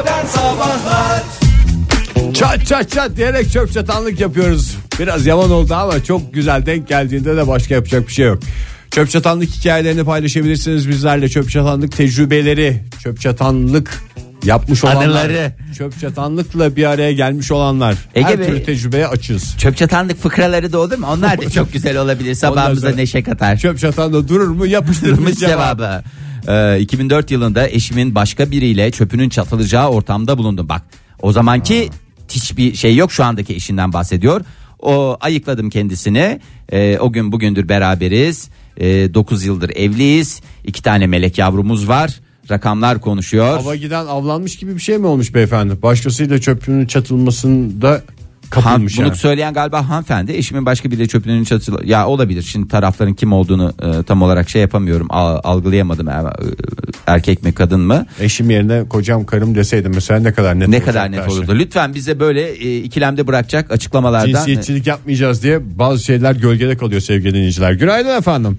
Modern Sabahlar. Çat çat çat diyerek çöp çatanlık yapıyoruz. Biraz yaman oldu ama çok güzel, denk geldiğinde de başka yapacak bir şey yok. Çöp çatanlık hikayelerini paylaşabilirsiniz bizlerle. Çöp çatanlık tecrübeleri, çöp çatanlık yapmış olanlar, anıları, çöp çatanlıkla bir araya gelmiş olanlar. Her türlü tecrübeye açığız. Çöp çatanlık fıkraları da olur mu? Onlar da çok güzel olabilir. Sabahımıza neşe katar. Çöp çatanda durur mu? Yapıştırılmış cevabı. 2004 yılında eşimin başka biriyle çöpünün çatılacağı ortamda bulundum. Bak, o zamanki hiçbir şey yok, şu andaki eşinden bahsediyor. O ayıkladım kendisini. O gün bugündür beraberiz. 9 yıldır evliyiz. 2 tane melek yavrumuz var. Rakamlar konuşuyor. Hava giden avlanmış gibi bir şey mi olmuş beyefendi? Başkasıyla çöpünün çatılmasında kapılmış bunu yani. söyleyen galiba hanımefendi. Eşimin başka biriyle çöpünün çatılı. Ya olabilir. Şimdi tarafların kim olduğunu tam olarak şey yapamıyorum. Algılayamadım. Erkek mi kadın mı? Eşim yerine kocam karım deseydim mesela ne kadar net olurdu. Lütfen bize böyle ikilemde bırakacak açıklamalardan. Cinsiyetçilik yapmayacağız diye bazı şeyler gölgede kalıyor sevgili dinleyiciler. Günaydın efendim.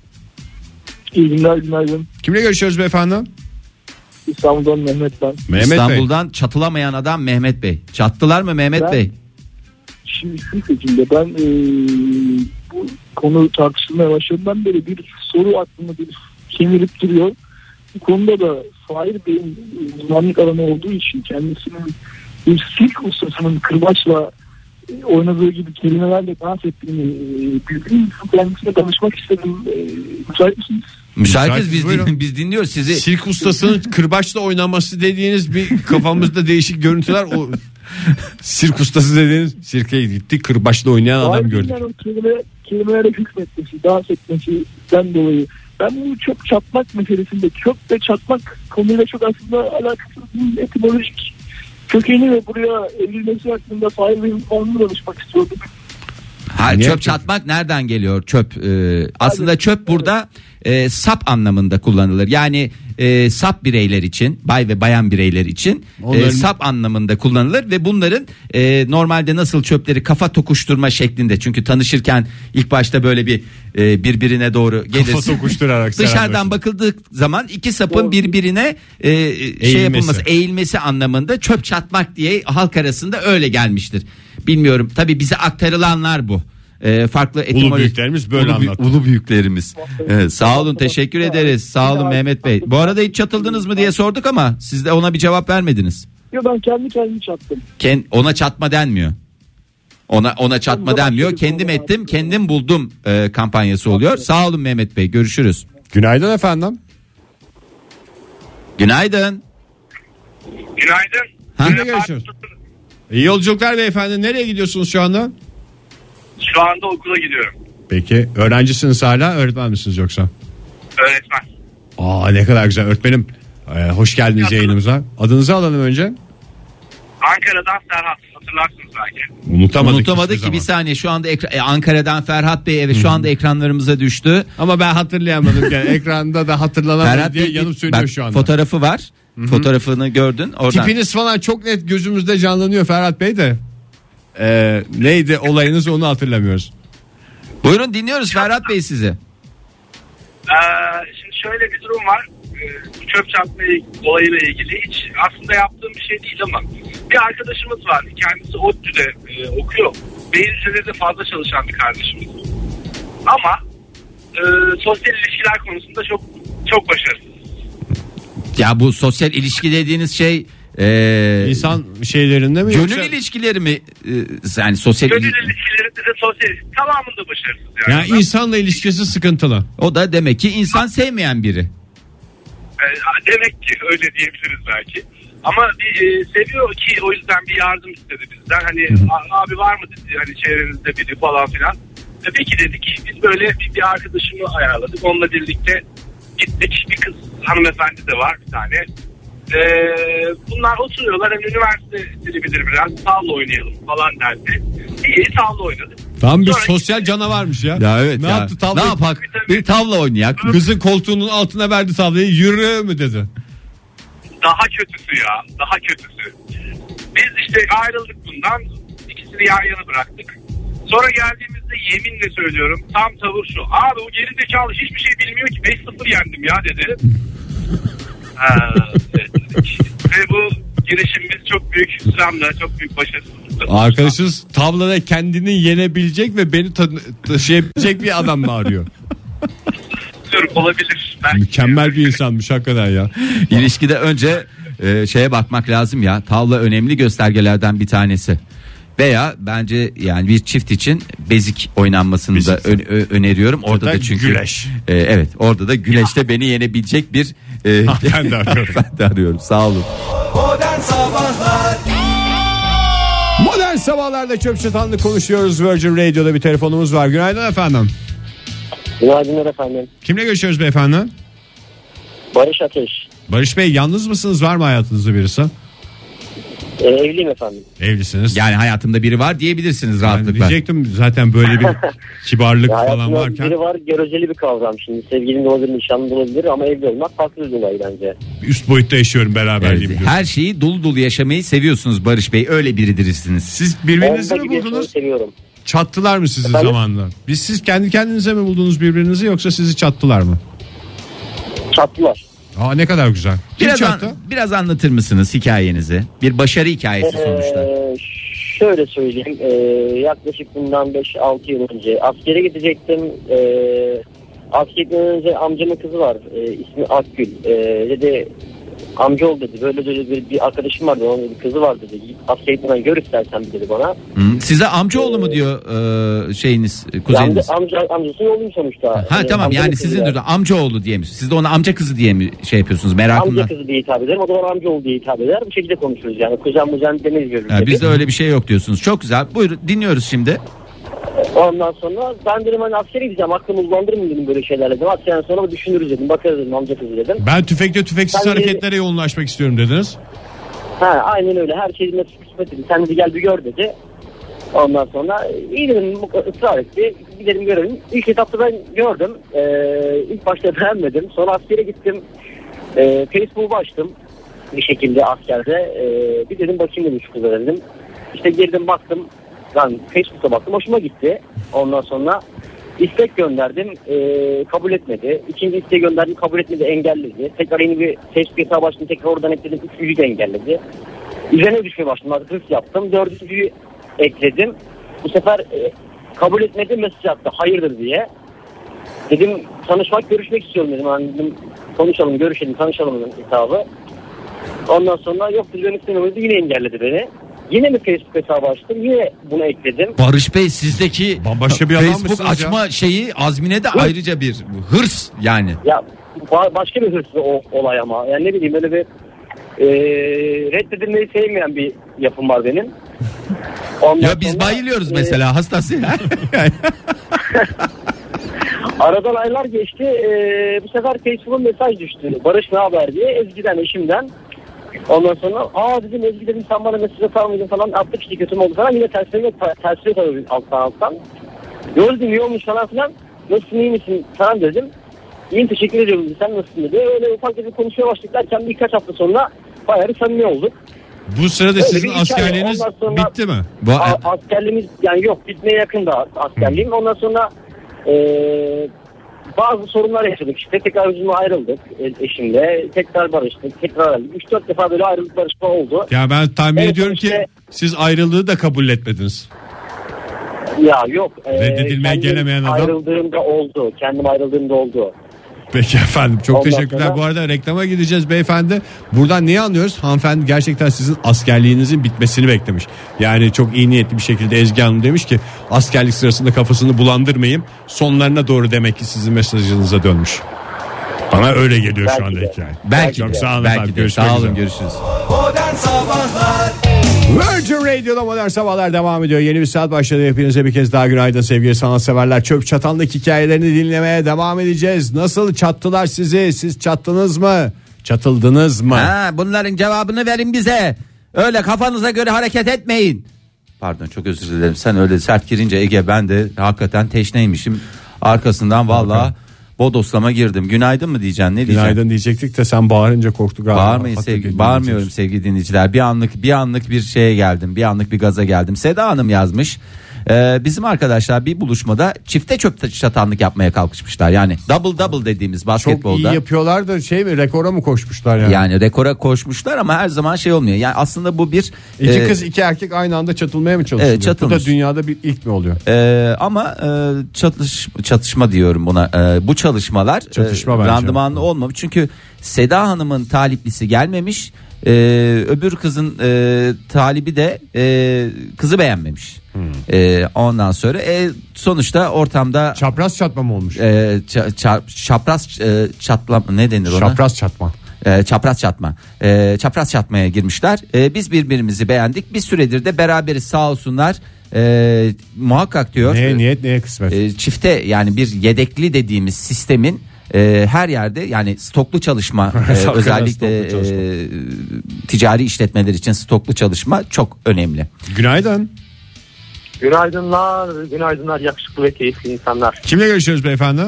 İyi günler, günaydın. Kimle görüşüyoruz beyefendi? İstanbul'dan Mehmet ben. Mehmet İstanbul'dan Bey. Çatılamayan adam Mehmet Bey. Çattılar mı Mehmet Bey? Şimdi şu şekilde ben bu konu tartışılmaya başladığından beri bir soru aklımda bir kemirip duruyor. Bu konuda da Fahir Bey'in uzmanlık alanı olduğu için kendisinin bir sirk ustasının kırbaçla oynadığı gibi kelimelerle dans ettiğini bildiğim kendisine danışmak istedim. Müsait misiniz? Müsaitiz, biz dinliyoruz sizi. Sirk ustasının kırbaçla oynaması dediğiniz bir kafamızda değişik görüntüler. O sirk ustası dediğiniz sirke gitti, kırbaçla oynayan adam gördük. Kelimelere hükmetmesi, dans etmesinden dolayı ben bu çöp çatmak meselesinde çöp ve çatmak konuyla çok aslında alakasız bir etimolojik kökeni ve buraya evrilmesi hakkında Fahir Bey'in konunu danışmak istiyordum. Çöp çatmak nereden geliyor? Çöp aslında çöp burada sap anlamında kullanılır. Yani sap bireyler için, bay ve bayan bireyler için sap anlamında kullanılır ve bunların normalde nasıl çöpleri kafa tokuşturma şeklinde, çünkü tanışırken ilk başta böyle bir birbirine doğru gelirsin. Kafa tokuşturarak dışarıdan bakıldığı zaman iki sapın birbirine şey yapılması, eğilmesi anlamında çöp çatmak diye halk arasında öyle gelmiştir. Bilmiyorum, tabii bize aktarılanlar bu. Farklı ulu büyüklerimiz böyle anlattı. Ulu büyüklerimiz. Sağ olun, teşekkür ederiz. Sağ olun Mehmet Bey. Bu arada hiç çatıldınız mı diye sorduk ama siz de ona bir cevap vermediniz. Yok, ben kendimi çattım. Ona çatma denmiyor. Ona çatma denmiyor. Kendim ettim, kendim buldum kampanyası oluyor. Sağ olun Mehmet Bey. Görüşürüz. Günaydın efendim. Günaydın. Kimle görüşüyoruz? İyi yolculuklar beyefendi. Nereye gidiyorsunuz şu anda? Şu anda okula gidiyorum. Peki öğrencisiniz hala, öğretmen misiniz yoksa? Öğretmen. Ne kadar güzel öğretmenim. Hoş geldiniz yayınımıza. Adınızı alalım önce. Ankara'dan Serhat, hatırlarsınız belki. Unutamadık ki, bir saniye, şu anda Ankara'dan Ferhat Bey, evet, şu anda ekranlarımıza düştü. Ama ben hatırlayamadım yani ekranda da hatırlanamadı diye yanım söylüyor şu anda. Fotoğrafı var. Hı-hı. Fotoğrafını gördün oradan. Tipiniz falan çok net gözümüzde canlanıyor Ferhat Bey de. Neydi olayınız, onu hatırlamıyoruz. Buyurun, dinliyoruz Ferhat Bey sizi. Şimdi şöyle bir durum var. Çöp çatma olayıyla ilgili hiç aslında yaptığım bir şey değil ama bir arkadaşımız var. Kendisi ODTÜ'de okuyor. Beyin hücreleri fazla çalışan bir kardeşimiz. Ama sosyal ilişkiler konusunda çok başarısız. Ya bu sosyal ilişki dediğiniz şey insan şeylerinde mi? Gönül ilişkileri mi? Yani sosyal gönül ilişkileri de sosyal ilişkileri tamamında başarısız. Yani insanla ilişkisi sıkıntılı. O da demek ki insan sevmeyen biri. Demek ki öyle diyebiliriz belki. Ama seviyor ki o yüzden bir yardım istedi bizden. Hani abi var mı dedi, hani çevrenizde biri falan filan. Peki dedik, biz böyle bir arkadaşımı ayarladık. Onunla birlikte gittik. Bir kız hanımefendi de var bir tane. Bunlar oturuyorlar, hani üniversite bilir biraz, tavla oynayalım falan derdi. İyi, tavla oynadık. Tam bir sosyal canavarmış ya. Ya evet ne ya. yaptı tavla? Ne yapak? Bir tavla oynayak. Kızın koltuğunun altına verdi tavlayı, yürü mü dedi. Daha kötüsü ya, daha kötüsü. Biz işte ayrıldık bundan, ikisini yan yana bıraktık. Sonra geldiğimizde yeminle söylüyorum, tam tavır şu: abi o gerizekalı hiçbir şey bilmiyor ki, 5-0 yendim ya dedi. Evet. Ve bu büyük hüsramla, çok büyük başarısızlıkla. Arkadaşınız tavlada kendini yenebilecek ve beni taşıyabilecek bir adam mı arıyor? Olabilir. Belki. Mükemmel bir insanmış hakikaten ya. İlişkide önce şeye bakmak lazım ya. Tavla önemli göstergelerden bir tanesi. Veya bence yani bir çift için bezik oynanmasını da öneriyorum. Orada da çünkü güleş. Evet, orada da güleşte beni yenebilecek bir Ben de arıyorum. ben de arıyorum. Sağ olun. Modern Sabahlar'da Çöp Çatanlık konuşuyoruz. Virgin Radio'da bir telefonumuz var. Günaydın efendim. Günaydınlar efendim. Kimle görüşüyoruz beyefendi? Barış Ateş. Barış Bey, yalnız mısınız? Var mı hayatınızda birisi? Evliyim efendim. Evlisiniz. Yani hayatımda biri var diyebilirsiniz Ben rahatlıkla. diyecektim zaten böyle bir kibarlık falan Hayatımda varken. biri var, göreceli bir kavram şimdi. Sevgilin de olabilir, nişanlı da olabilir ama evli olmak farklı bir olay bence. Üst boyutta yaşıyorum beraberliğim Evet, diyorsun. her şeyi dolu dolu yaşamayı seviyorsunuz Barış Bey. Öyle biridirsiniz. Siz birbirinizi Onda mi gibi yaşamayı buldunuz? seviyorum. Çattılar mı sizi Efendim? zamanında? Siz kendi kendinize mi buldunuz birbirinizi yoksa sizi çattılar mı? Çattılar. Aa, ne kadar güzel. Kim çattı? Biraz anlatır mısınız hikayenizi? Bir başarı hikayesi sonuçta. Şöyle söyleyeyim. Yaklaşık bundan 5-6 yıl önce askere gidecektim. Askerden önce amcamın kızı var. İsmi Akgül. Dedi amcaoğlu dedi. Böyle bir arkadaşım vardı. Onun bir kızı var dedi. Askerden gör istersen bir dedi bana. Size amcaoğlu mu diyor şeyiniz, kuzeniniz? Amcasının oğlum sonuçta. Ha tamam, yani sizin de amcaoğlu diye mi? Siz de ona amca kızı diye mi şey yapıyorsunuz, merakımdan? Amca kızı diye hitap ederim. O da bana amcaoğlu diye hitap eder. Bu şekilde konuşuruz yani. Kuzen demeyiz görürüz. Bizde öyle bir şey yok diyorsunuz. Çok güzel. Buyurun, dinliyoruz şimdi. Ondan sonra ben dedim hani askere gideceğim. Aklımı uzandırmayayım dedim böyle şeylerle dedim. Askerden sonra düşünürüz dedim. Bakarız dedim, amca kızı dedim. Ben tüfekle tüfeksiz Ben hareketlere yoğunlaşmak istiyorum dediniz. Aynen öyle. Her şeyin nasıl kısmet dedi. Sen de gel bir gör dedi. Ondan sonra iyi dedim, ısrar etti. Gidelim görelim. İlk etapta ben gördüm. İlk başta beğenmedim. Sonra askere gittim. Facebook'u açtım. Bir şekilde askerde. Bir dedim bakayım dedim şu kıza dedim. İşte girdim baktım. Ben Facebook'a baktım. Hoşuma gitti. Ondan sonra istek gönderdim. Kabul etmedi. İkinci isteği gönderdim. Kabul etmedi. Engelledi. Tekrar yeni bir Facebook hesabı açtım. Tekrar oradan ekledim. Üçüncüyü de engelledi. Üzerine düşmeye başladım. Artık hırs yaptım. Dördüncüyü ekledim. Bu sefer kabul etmedi, mesaj attı. Hayırdır diye. Dedim tanışmak, görüşmek istiyorum dedim. Yani dedim, konuşalım, görüşelim, tanışalım hesabı. Ondan sonra yok biz ben istemiyorum. Yine engelledi beni. Yine mi Facebook hesabı açtım? Yine bunu ekledim. Barış Bey, sizdeki Bambaşka bir adam Facebook mısınız açma ya? şeyi, azmine de ayrıca bir hırs yani. Ya başka bir hırslı olay ama. Yani ne bileyim böyle bir reddedilmeyi sevmeyen bir yapım var benim. Ondan Ya biz sonra, bayılıyoruz mesela, hastası ya. Aradan aylar geçti. Bu sefer Facebook'a mesaj düştü. Barış ne haber diye. Ezgi'den, eşimden. Ondan sonra dedim Ezgi dedim sen bana mesaj atar mıydın falan. Attık işte kötü mü oldu falan. Yine tersine tabii alttan. Gördüm iyi olmuş falan filan. Nasılsın, iyi misin falan dedim. İyiyim teşekkür ediyorum dedi. Sen nasılsın dedi. Öyle ufak bir konuşmaya başladık derken birkaç hafta sonra bayağı bir samimi olduk. Bu sırada Öyle sizin bir hikaye. askerliğiniz Ondan sonra bitti mi? Askerliğimiz yani yok, bitmeye yakın da askerliğim. Ondan sonra bazı sorunlar yaşadık işte. Tekrar yüzüme ayrıldık eşimle. Tekrar barıştık. Tekrar ayrıldık. 3-4 defa böyle ayrılık barışma oldu. Ya ben tahmin ediyorum işte, ki siz ayrılığı da kabul etmediniz. Ya yok. Reddedilmeye gelemeyen adam. Ayrıldığımda oldu. Kendim ayrıldığımda oldu. Peki efendim, çok Ondan teşekkürler. sonra... Bu arada reklama gideceğiz beyefendi. Buradan neyi anlıyoruz? Hanımefendi gerçekten sizin askerliğinizin bitmesini beklemiş. Yani çok iyi niyetli bir şekilde Ezgi Hanım demiş ki askerlik sırasında kafasını bulandırmayayım. Sonlarına doğru demek ki sizin mesajınıza dönmüş. Bana öyle geliyor belki şu anda de. hikaye. Belki çok de. sağ olun Belki efendim. de. Görüşmek Sağ olun, üzere. görüşürüz. Virgin Radio'da Modern Sabahlar devam ediyor. Yeni bir saat başladı. Hepinize bir kez daha günaydın sevgili sanatseverler. Çöp çatanlık hikayelerini dinlemeye devam edeceğiz. Nasıl çattılar sizi? Siz çattınız mı? Çatıldınız mı? Bunların cevabını verin bize. Öyle kafanıza göre hareket etmeyin. Pardon, çok özür dilerim. Sen öyle sert girince Ege, ben de hakikaten teşneymişim. Arkasından vallahi bodoslama girdim. Günaydın mı diyeceksin? Ne diyeceksin? Günaydın diyecektik de sen bağırınca korktuk galiba. Bağırmayın bağırmıyorum sevgili dinleyiciler. Bir anlık bir şeye geldim. Bir anlık bir gaza geldim. Seda Hanım yazmış. Bizim arkadaşlar bir buluşmada çifte çöp çatanlık yapmaya kalkışmışlar. Yani double dediğimiz basketbolda. Çok iyi yapıyorlar da rekora mı koşmuşlar yani? Yani rekora koşmuşlar ama her zaman olmuyor. Yani aslında bu bir... İki kız iki erkek aynı anda çatılmaya mı çalışıyor? Evet, çatılmış. Bu da dünyada bir ilk mi oluyor? Ama çatışma diyorum buna. Bu çalışmalar randımanlı olmamış. Çünkü Seda Hanım'ın taliplisi gelmemiş. Öbür kızın talibi de kızı beğenmemiş. Ondan sonra sonuçta ortamda çapraz çatma mı olmuş? Çapraz çatma ne denir ona? Çapraz çatma. Çapraz çatmaya girmişler. Biz birbirimizi beğendik. Bir süredir de beraberiz sağ olsunlar. Muhakkak diyor. Neye niyet neye kısmet. Çifte yani bir yedekli dediğimiz sistemin her yerde yani stoklu çalışma özellikle stoklu çalışma. Ticari işletmeler için stoklu çalışma çok önemli. Günaydın. Günaydınlar yakışıklı ve keyifli insanlar. Kimle görüşüyoruz beyefendi?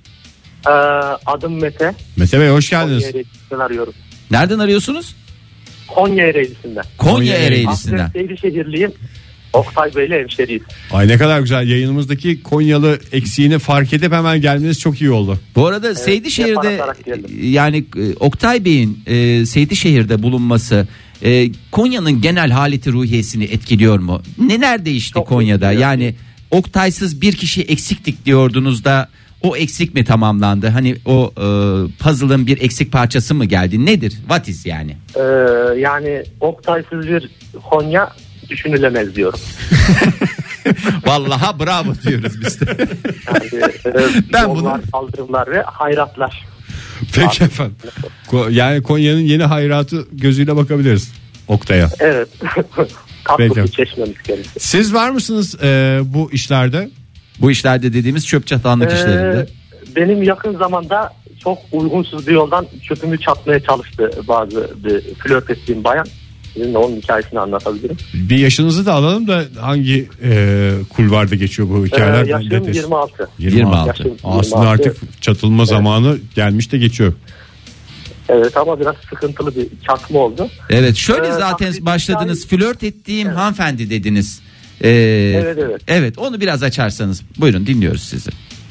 Adım Mete. Mete Bey hoş geldiniz. Konya Ereğlisi'nden arıyorum. Nereden arıyorsunuz? Konya Ereğlisi'nden. Konya Ereğlisi'nden. Aslında Seydişehirliyim. Oktay Bey'le hemşeriyiz. Ay ne kadar güzel, yayınımızdaki Konyalı eksiğini fark edip hemen gelmeniz çok iyi oldu. Bu arada Seydişehir'de yani Oktay Bey'in Seydişehir'de bulunması Konya'nın genel haleti ruhiyesini etkiliyor mu? Neler değişti çok Konya'da? Yani Oktay'sız bir kişi eksiktik diyordunuz da o eksik mi tamamlandı? Hani o puzzle'ın bir eksik parçası mı geldi? Nedir? What is yani? Yani Oktay'sız bir Konya düşünülemez diyorum. Vallahi bravo diyoruz biz de. Ben yollar, kaldırımlar ve hayratlar. Peki efendim. Yani Konya'nın yeni hayratı gözüyle bakabiliriz Oktay'a. Evet. Tatlı bir çeşmemiz kendisi. Siz var mısınız bu işlerde? Bu işlerde dediğimiz çöp çatanlık işlerinde. Benim yakın zamanda çok uygunsuz bir yoldan çöpümü çatmaya çalıştı bazı bir flört ettiğim bayan. Sizinle onun hikayesini anlatabilirim. Bir yaşınızı da alalım da hangi kulvarda geçiyor bu hikayeler? Yaşım 26. 26. Aslında artık çatılma zamanı gelmiş de geçiyor. Evet ama biraz sıkıntılı bir çatma oldu. Evet şöyle zaten başladınız flört ettiğim hanımefendi dediniz. Evet. Evet onu biraz açarsanız buyurun dinliyoruz sizi.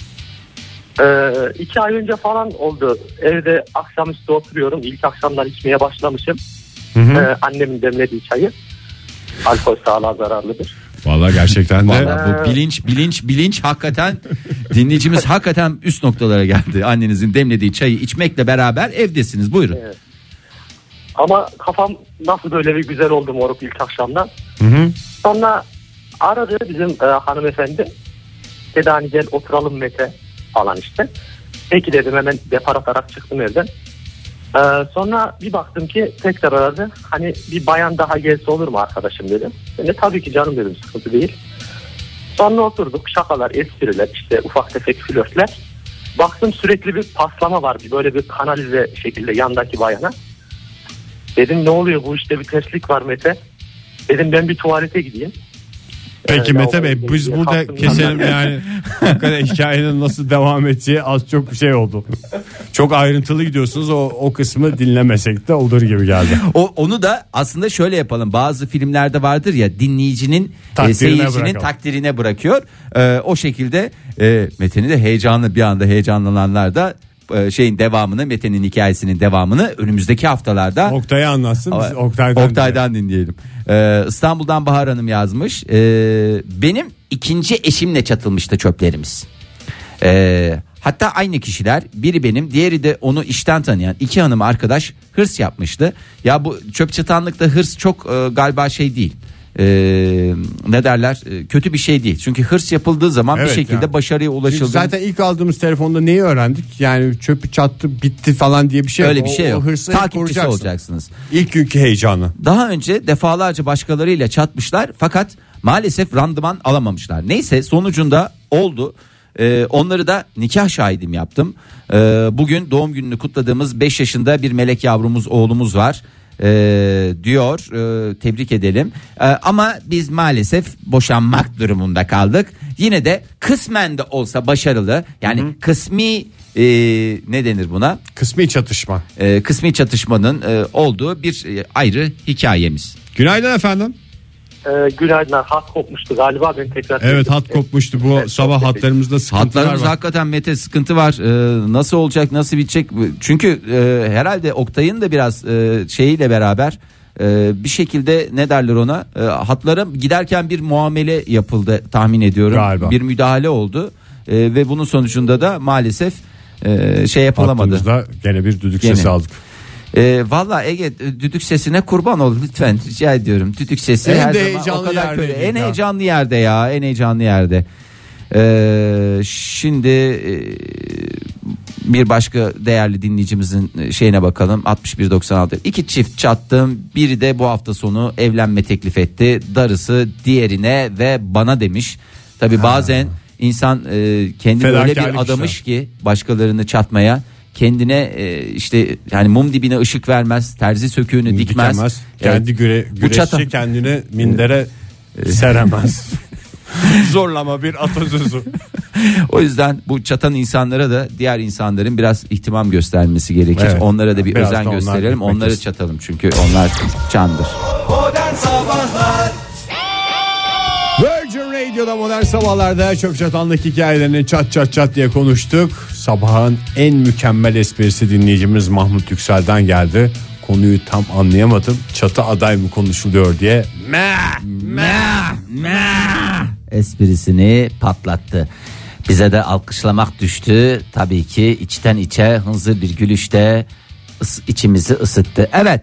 2 ay önce falan oldu. Evde akşamüstü oturuyorum. İlk akşamdan içmeye başlamışım. Annemin demlediği çayı. Alkol sağlığa zararlıdır. Vallahi gerçekten de. Bu bilinç hakikaten dinleyicimiz hakikaten üst noktalara geldi. Annenizin demlediği çayı içmekle beraber evdesiniz. Buyurun. Evet. Ama kafam nasıl böyle bir güzel oldu moruk ilk akşamdan. Sonra aradı bizim hanımefendi. Dedi hani gel oturalım Mete falan işte. Peki dedim hemen depar atarak çıktım evden. Sonra bir baktım ki tekrar aradı. Hani bir bayan daha gelse olur mu arkadaşım dedim. Ben de tabii ki canım dedim sıkıntı değil. Sonra oturduk şakalar, espriler işte ufak tefek flörtler. Baktım sürekli bir paslama var. Böyle bir kanalize şekilde yandaki bayana. Dedim ne oluyor bu işte bir terslik var Mete. Dedim ben bir tuvalete gideyim. Peki Mete Bey biz burada keselim yani hikayenin nasıl devam edeceği az çok bir şey oldu. Çok ayrıntılı gidiyorsunuz o kısmı dinlemesek de olur gibi geldi. Onu da aslında şöyle yapalım bazı filmlerde vardır ya dinleyicinin seyircinin takdirine bırakıyor. O şekilde Mete'nin de bir anda heyecanlananlar da şeyin devamını Mete'nin hikayesinin devamını önümüzdeki haftalarda Oktay'a anlatsın biz Oktay'dan dinleyelim. İstanbul'dan Bahar Hanım yazmış. Benim ikinci eşimle çatılmıştı çöplerimiz. Hatta aynı kişiler biri benim diğeri de onu işten tanıyan iki hanım arkadaş hırs yapmıştı. Ya bu çöp çatanlıkta hırs çok galiba şey değil. Ne derler kötü bir şey değil çünkü hırs yapıldığı zaman bir şekilde başarıya ulaşıldı. Zaten ilk aldığımız telefonda neyi öğrendik yani çöpü çattı bitti falan diye bir şey öyle bir şey yok. Takipçisi olacaksınız. İlk günkü heyecanı. Daha önce defalarca başkalarıyla çatmışlar fakat maalesef randıman alamamışlar. Neyse sonucunda oldu. Onları da nikah şahidim yaptım. Bugün doğum gününü kutladığımız 5 yaşında bir melek yavrumuz oğlumuz var. Diyor tebrik edelim ama biz maalesef boşanmak durumunda kaldık. Yine de kısmen de olsa başarılı yani kısmi ne denir buna? Kısmi çatışma. Kısmi çatışmanın olduğu bir ayrı hikayemiz. Günaydın efendim. Günaydınlar. Hat kopmuştu galiba. Ben tekrar Evet, hat kopmuştu. Bu sabah hatlarımızda sıkıntılar Hatlarımız var. hakikaten Mete sıkıntı var. Nasıl olacak, nasıl bitecek? Çünkü herhalde Oktay'ın da biraz şeyiyle beraber bir şekilde ne derler ona, hatlara giderken bir muamele yapıldı tahmin ediyorum. Galiba. Bir müdahale oldu ve bunun sonucunda da maalesef şey yapılamadı. Hattımızda gene bir düdük sesi aldık. Valla Ege, düdük sesine kurban ol lütfen, rica ediyorum. Düdük sesi En her de zaman heyecanlı o kadar yerdeydik kötü. En ya. heyecanlı yerde ya, en heyecanlı yerde. Şimdi bir başka değerli dinleyicimizin şeyine bakalım. 6196. 2 çift çattım. Biri de bu hafta sonu evlenme teklif etti. Darısı diğerine ve bana demiş. Tabii bazen insan kendini öyle Fedakarlık bir adamış ki başkalarını çatmaya, kendine işte yani mum dibine ışık vermez, terzi söküğünü dikmez. Kendi Bu çatan- güreşçi kendine mindere seremez. Zorlama bir atasözü. O yüzden bu çatan insanlara da diğer insanların biraz ihtimam göstermesi gerekir. Evet. Onlara da bir Biraz da özen onlar gösterelim. gitmek Onları istedim. çatalım çünkü onlar candır. Virgin Radio'da Modern Sabahlar'da çöp çatanlık hikayelerini çat çat çat diye konuştuk. Sabahın en mükemmel esprisi dinleyicimiz Mahmut Yüksel'den geldi. Konuyu tam anlayamadım. Çatı aday mı konuşuluyor diye. Esprisini patlattı. Bize de alkışlamak düştü. Tabii ki içten içe hınzır bir gülüşte içimizi ısıttı. Evet.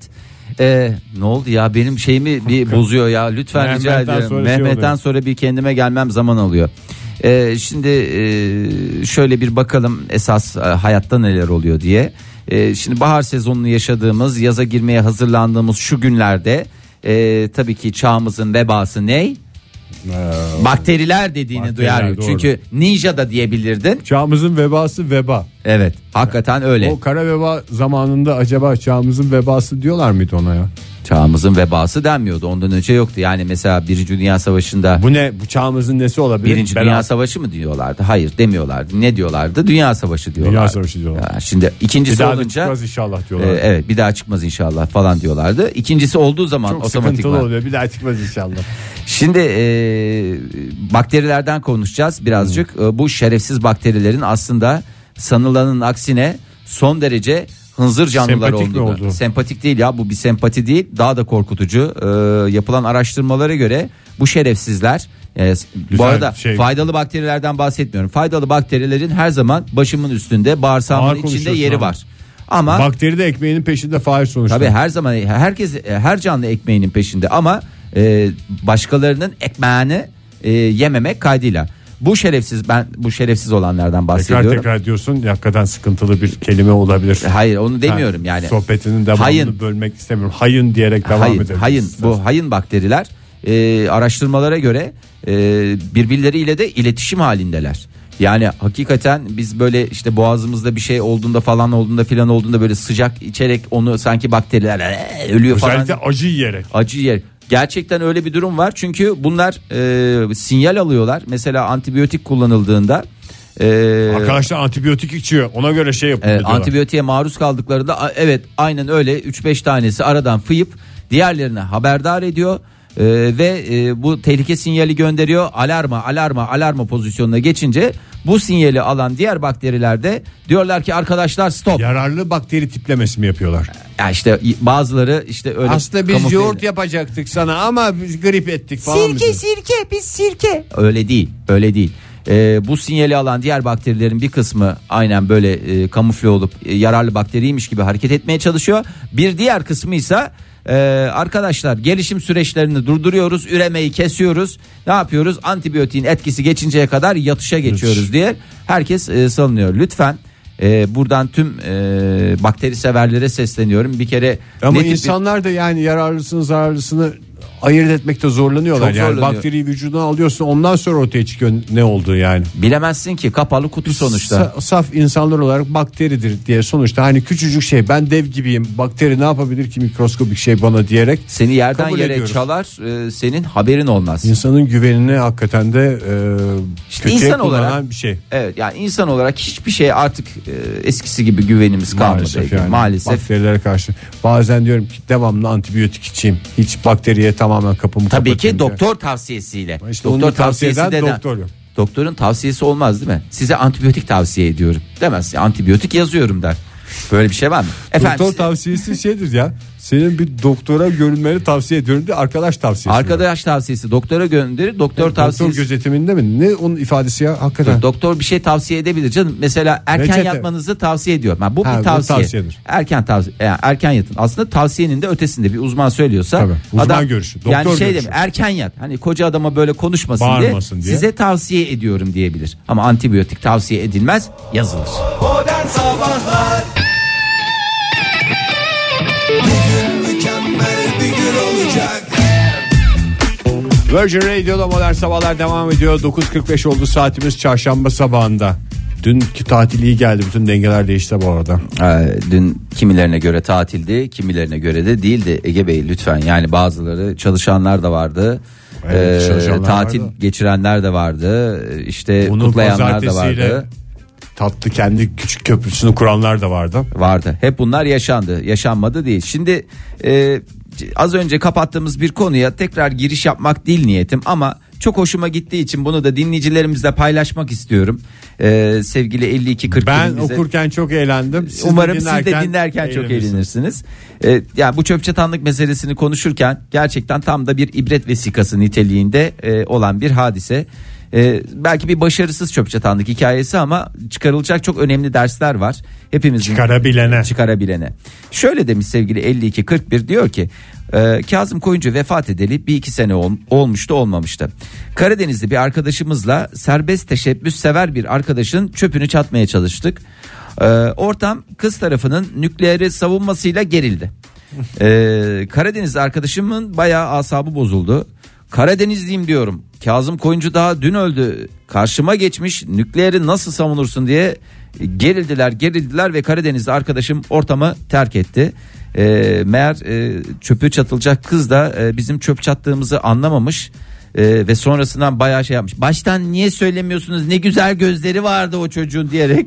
Ne oldu ya, benim şeyimi bir bozuyor ya, lütfen rica Mehmet'ten ediyorum. sonra şey Mehmet'ten oluyor. sonra bir kendime gelmem zaman alıyor. Şimdi şöyle bir bakalım esas hayatta neler oluyor diye. Şimdi bahar sezonunu yaşadığımız, yaza girmeye hazırlandığımız şu günlerde tabii ki çağımızın vebası ne? Bakteriler dediğini Bakteriler, duyar. doğru. Çünkü ninja da diyebilirdin. Çağımızın vebası veba. Evet, hakikaten öyle. O kara veba zamanında acaba çağımızın vebası diyorlar mıydı ona ya? Çağımızın vebası denmiyordu. Ondan önce yoktu. Yani mesela 1. Dünya Savaşı'nda Bu ne? Bu çağımızın nesi olabilir? 1. Dünya Savaşı mı diyorlardı? Hayır demiyorlardı. Ne diyorlardı? Dünya Savaşı diyorlardı. Dünya Savaşı diyorlar. Ya şimdi Bir ikincisi daha da olunca çıkmaz inşallah diyorlar. evet, bir daha çıkmaz inşallah falan diyorlardı. İkincisi olduğu zaman Çok sıkıntılı otomatikman. oluyor. Bir daha çıkmaz inşallah. Şimdi bakterilerden konuşacağız birazcık. Bu şerefsiz bakterilerin aslında sanılanın aksine son derece hınzır canlılar Sempatik mi olduğunu. oldu? Sempatik değil ya, bu bir sempati değil, daha da korkutucu. Yapılan araştırmalara göre bu şerefsizler bu arada faydalı bakterilerden bahsetmiyorum. Faydalı bakterilerin her zaman başımın üstünde, bağırsağımın Ağır içinde konuşuyorsun yeri ama. var. Ama Bakteri de ekmeğinin peşinde, Fahir sonuçta. tabii her zaman her canlı ekmeğinin peşinde ama başkalarının ekmeğini yememek kaydıyla. Bu şerefsiz olanlardan bahsediyorum. Tekrar diyorsun, hakikaten sıkıntılı bir kelime olabilir. Hayır, onu demiyorum yani. Sohbetinin devamını Hayın. bölmek istemiyorum. Hayın diyerek devam edelim. Bu hayın bakteriler araştırmalara göre birbirleriyle de iletişim halindeler. Yani hakikaten biz böyle işte boğazımızda bir şey olduğunda falan olduğunda böyle sıcak içerek onu sanki bakteriler ölüyor falan. Özellikle acı yiyerek. Acı yer. Gerçekten öyle bir durum var. Çünkü bunlar sinyal alıyorlar. Mesela antibiyotik kullanıldığında Arkadaşlar antibiyotik içiyor. Ona göre şey yapıyor. antibiyotiğe maruz kaldıklarında evet aynen öyle 3-5 tanesi aradan fıyıp diğerlerine haberdar ediyor. Ve bu tehlike sinyali gönderiyor. Alarma pozisyonuna geçince bu sinyali alan diğer bakteriler de diyorlar ki arkadaşlar stop. Yararlı bakteri tiplemesi mi yapıyorlar? Ya işte bazıları işte öyle. Aslında biz yoğurt yapacaktık sana ama biz grip ettik falan. Sirke. Öyle değil. Bu sinyali alan diğer bakterilerin bir kısmı aynen böyle kamufle olup yararlı bakteriymiş gibi hareket etmeye çalışıyor. Bir diğer kısmı ise arkadaşlar gelişim süreçlerini durduruyoruz, üremeyi kesiyoruz, ne yapıyoruz, antibiyotiğin etkisi geçinceye kadar yatışa geçiyoruz diye herkes salınıyor. Lütfen buradan tüm bakteri severlere sesleniyorum bir kere. Ama insanlar da yani yararlısını zararlısını ayırt etmekte zorlanıyorlar. Çok yani zorlanıyor. bakteriyi vücuduna alıyorsun, ondan sonra ortaya çıkıyor ne olduğu yani. Bilemezsin ki, kapalı kutu sonuçta. Saf insanlar olarak bakteridir diye sonuçta hani küçücük şey, ben dev gibiyim, bakteri ne yapabilir ki mikroskobik şey bana diyerek Seni yerden kabul yere ediyoruz. çalar, senin haberin olmaz. İnsanın güvenini hakikaten de kötüye insan kullanan olarak bir şey. Evet, yani insan olarak hiçbir şey artık eskisi gibi güvenimiz kalmadı. Maalesef. Maalesef. Bakterilere karşı bazen diyorum ki devamlı antibiyotik içeyim, hiç bakteriye tamamen tamamen kapımı Tabii kapatayım ki doktor tavsiyesiyle. İşte doktor onu tavsiye eden de doktor yok. Doktorun tavsiyesi olmaz değil mi? Size antibiyotik tavsiye ediyorum demez. Antibiyotik yazıyorum der. Böyle bir şey var mı? Efendim, Doktor tavsiyesi şeydir ya. Senin bir doktora görünmeni tavsiye ediyorum diye arkadaş tavsiyesi. arkadaş tavsiyesi doktora gönderir. Doktor tavsiyesi. Doktor gözetiminde mi? Ne onun ifadesi ya hakikaten. Doktor bir şey tavsiye edebilir canım. Mesela erken Reçete. yatmanızı tavsiye ediyor. Yani bu Ha, bir bu tavsiye. tavsiyedir. Erken yatın. Aslında tavsiyenin de ötesinde bir uzman söylüyorsa. Tabii, uzman adam, görüşü, doktor yani şey görüşü. demiyor, erken yat. Hani koca adama böyle konuşmasın Bağırmasın diye. size tavsiye ediyorum diyebilir. Ama antibiyotik tavsiye edilmez, yazılır. Modern Sabahlar. Bugün mükemmel bir gün olacak. Virgin Radio'da Modern Sabahlar devam ediyor. 9.45 oldu saatimiz, çarşamba sabahında. Dünkü tatil iyi geldi. Bütün dengeler değişti bu arada. Dün kimilerine göre tatildi, kimilerine göre de değildi. Ege Bey lütfen, yani bazıları çalışanlar da vardı. Evet, çalışanlar tatil vardı. geçirenler de vardı. İşte Bunu kutlayanlar da pazartesiyle vardı. tatlı kendi küçük köprüsünü kuranlar da vardı. Vardı. Hep bunlar yaşandı. Yaşanmadı değil. Şimdi az önce kapattığımız bir konuya tekrar giriş yapmak değil niyetim, ama çok hoşuma gittiği için bunu da dinleyicilerimizle paylaşmak istiyorum. Sevgili 52-40 Ben okurken çok eğlendim. Umarım siz de dinlerken çok eğlenirsiniz. Yani bu çöp çatanlık meselesini konuşurken gerçekten tam da bir ibret vesikası niteliğinde olan bir hadise. Belki bir başarısız çöp çatanlık hikayesi ama çıkarılacak çok önemli dersler var. Hepimizin çıkarabilene. Şöyle demiş sevgili 5241, diyor ki Kazım Koyuncu vefat edeli 1-2 sene olmuştu, olmamıştı. Karadenizli bir arkadaşımızla serbest teşebbüs sever bir arkadaşın çöpünü çatmaya çalıştık. Ortam kız tarafının nükleeri savunmasıyla gerildi. Karadenizli arkadaşımın bayağı asabı bozuldu. Karadenizliyim diyorum. Kazım Koyuncu daha dün öldü. Karşıma geçmiş, nükleeri nasıl savunursun diye gerildiler ve Karadenizli arkadaşım ortamı terk etti. Meğer çöpü çatılacak kız da bizim çöp çattığımızı anlamamış. Ve sonrasından bayağı şey yapmış. Baştan niye söylemiyorsunuz, ne güzel gözleri vardı o çocuğun diyerek.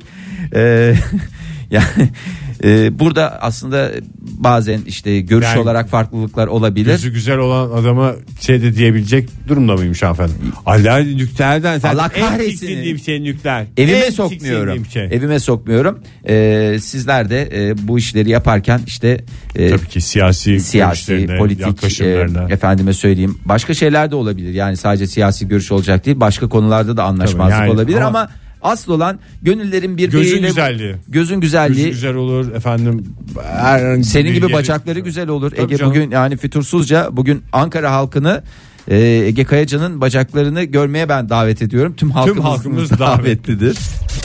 Yani burada aslında bazen işte görüş yani, olarak farklılıklar olabilir. Gözü güzel olan adama şey de diyebilecek durumda mıymış hanımefendi? Allah nükleerden sen Allah en kahretsin. tiksindiğim şey nükleer. Evime sokmuyorum. Şey. Evime sokmuyorum. Sizler de bu işleri yaparken işte tabii ki siyasi politik yaklaşımlarına. Efendime söyleyeyim, başka şeyler de olabilir. Yani sadece siyasi görüş olacak değil, başka konularda da anlaşmazlık yani, olabilir ama asıl olan gönüllerin birbiriyle gözün güzelliği. Gözü güzel olur efendim. Senin gibi bacakları güzel olur. Tabii Ege canım. Bugün yani fütursuzca bugün Ankara halkını Ege Kayacan'ın bacaklarını görmeye ben davet ediyorum. Tüm halkımız davetlidir.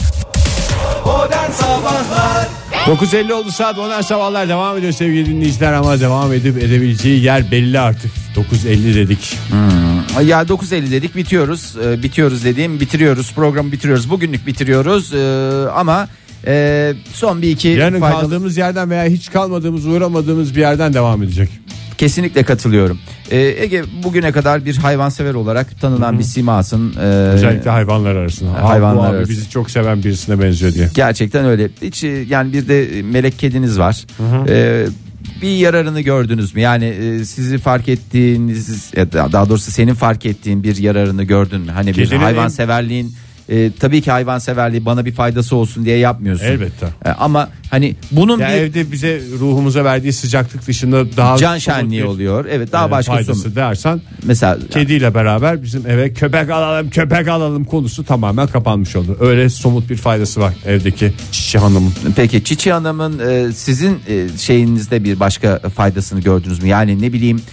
Modern Sabahlar. 9.50 oldu saat, Modern Sabahlar devam ediyor sevgili dinleyiciler, ama devam edip edebileceği yer belli artık. 9.50 dedik. Ya 9.50 dedik, bitiyoruz dediğim, bitiriyoruz, programı bitiriyoruz, bugünlük bitiriyoruz ama son bir iki yarın kaldığımız yerden veya hiç kalmadığımız, uğramadığımız bir yerden devam edecek. Kesinlikle katılıyorum. Ege bugüne kadar bir hayvansever olarak tanınan bir simasın. Özellikle hayvanlar arasında. Hayvanlar abi arasında. bizi çok seven birisine benziyor diye. Gerçekten öyle. Hiç yani bir de melek kediniz var. Bir yararını gördünüz mü? Yani sizi fark ettiğiniz, daha doğrusu senin fark ettiğin bir yararını gördün mü? Hani bir hayvanseverliğin tabii ki hayvanseverliği bana bir faydası olsun diye yapmıyorsun. Elbette. Ama hani bunun ya bir evde bize ruhumuza verdiği sıcaklık dışında daha can şenliği oluyor. Evet, daha başka faydası dersen mesela kediyle beraber bizim eve köpek alalım konusu tamamen kapanmış oldu. Öyle somut bir faydası var evdeki Çiçi Hanım'ın. Peki Çiçi Hanım'ın sizin şeyinizde bir başka faydasını gördünüz mü? Yani ne bileyim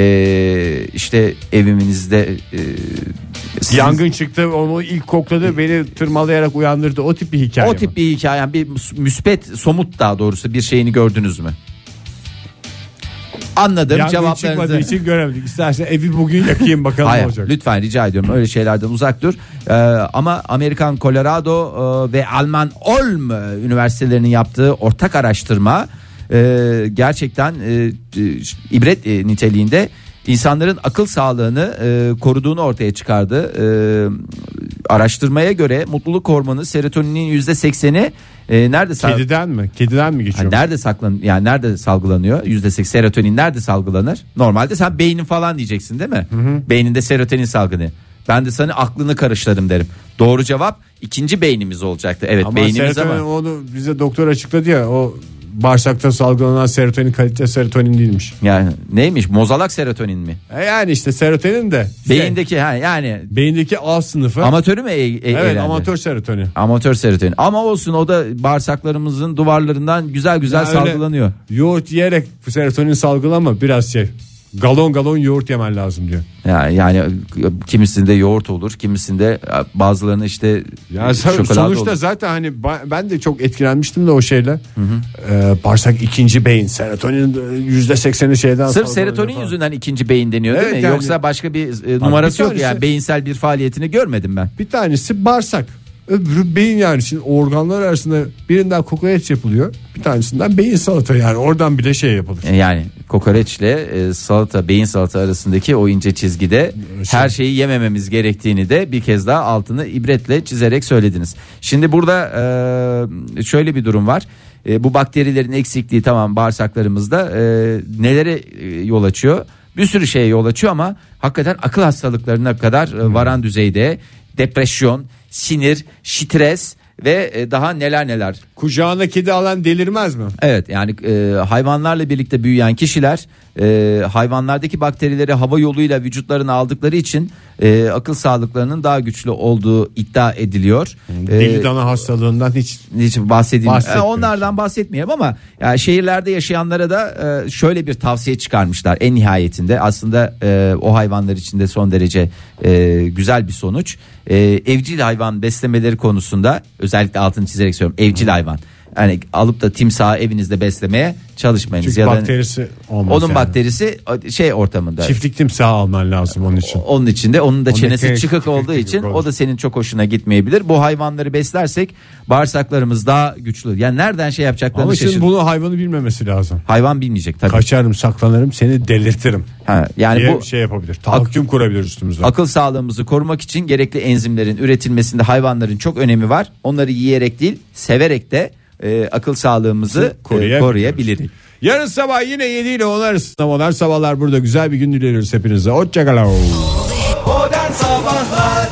işte evinizde yangın çıktı, onu ilk kokladı, beni tırmalayarak uyandırdı, o tip bir hikaye. O tip bir hikaye, yani bir müspet, somut daha doğrusu bir şeyini gördünüz mü? Anladım, yangın cevaplarınızı. çıkmadığı için göremedik. İstersen evi bugün yakayım bakalım ne olacak. Lütfen rica ediyorum, öyle şeylerden uzak dur. Ama Amerikan Colorado ve Alman Ulm üniversitelerinin yaptığı ortak araştırma gerçekten ibret niteliğinde, insanların akıl sağlığını koruduğunu ortaya çıkardı. araştırmaya göre mutluluk hormonu serotoninin %80'i nerede Kediden mi geçiyor? Yani nerede salgılanıyor? %80 serotonin nerede salgılanır? Normalde sen beynin falan diyeceksin değil mi? Beyninde serotonin salgını. Ben de sana aklını karıştırdım derim. Doğru cevap ikinci beynimiz olacaktı. Evet, ama beynimiz serotonin, ama onu bize doktor açıkladı ya, o bağırsakta salgılanan serotonin kalite serotonin değilmiş. yani neymiş? Mozalak serotonin mi? Yani işte serotonin de Beyindeki yani beyindeki A sınıfı. amatörü mü Evet, eğlendi? amatör serotonin. Amatör serotonin. Ama olsun, o da bağırsaklarımızın duvarlarından güzel Yani salgılanıyor. Yoğurt yiyerek serotonin salgılama, biraz galon yoğurt yemen lazım diyor. Yani kimisinde yoğurt olur, kimisinde bazılarını işte şokolade sonuçta olur. zaten hani ben de çok etkilenmiştim de o şeyle. Bağırsak ikinci beyin, serotonin %80'i şeyden. Sırf serotonin yüzünden ikinci beyin deniyor değil Evet, mi? yani. Yoksa başka bir numarası bir yok tanesi- yani, beyinsel bir faaliyetini görmedim ben. Bir tanesi bağırsak, öbürü beyin. Yani şimdi organlar arasında birinden kokoreç yapılıyor, bir tanesinden beyin salata, yani oradan bile şey yapılır. Yani kokoreçle salata, beyin salata arasındaki o ince çizgide her şeyi yemememiz gerektiğini de bir kez daha altını ibretle çizerek söylediniz. Şimdi burada şöyle bir durum var. Bu bakterilerin eksikliği tamam bağırsaklarımızda nelere yol açıyor? Bir sürü şeye yol açıyor ama hakikaten akıl hastalıklarına kadar varan düzeyde depresyon, sinir, stres ve daha neler. Kucağına kedi alan delirmez mi? Evet, yani hayvanlarla birlikte büyüyen kişiler hayvanlardaki bakterileri hava yoluyla vücutlarına aldıkları için akıl sağlıklarının daha güçlü olduğu iddia ediliyor. Deli dana hastalığından hiç bahsedeyim. bahsetmiyoruz. Onlardan bahsetmeyelim ama yani şehirlerde yaşayanlara da şöyle bir tavsiye çıkarmışlar. En nihayetinde aslında o hayvanlar için de son derece güzel bir sonuç. Evcil hayvan beslemeleri konusunda özellikle altını çizerek söylüyorum. Evcil hayvan. Yani alıp da timsahı evinizde beslemeye çalışmayınız. Çünkü ya da bakterisi olmaz. onun yani. bakterisi şey ortamında. Çiftlik timsahı alman lazım onun için. Onun içinde, onun da çenesi tek- çıkık olduğu çıkık için olur. o da senin çok hoşuna gitmeyebilir. Bu hayvanları beslersek bağırsaklarımız daha güçlü. Yani nereden şey yapacaklarını Ama şimdi şaşırdım. bunu hayvanı bilmemesi lazım. Hayvan bilmeyecek tabii. Kaçarım, saklanırım, seni delirtirim Yani diye bu şey yapabilir. Tahakküm kurabilir üstümüze. akıl sağlığımızı korumak için gerekli enzimlerin üretilmesinde hayvanların çok önemi var. Onları yiyerek değil, severek de akıl sağlığımızı koruyabiliriz. Yarın sabah yine 7 ile 10 arasında Modern Sabahlar burada. Güzel bir gün diliyoruz hepinize. Hoşçakalın. Modern Sabahlar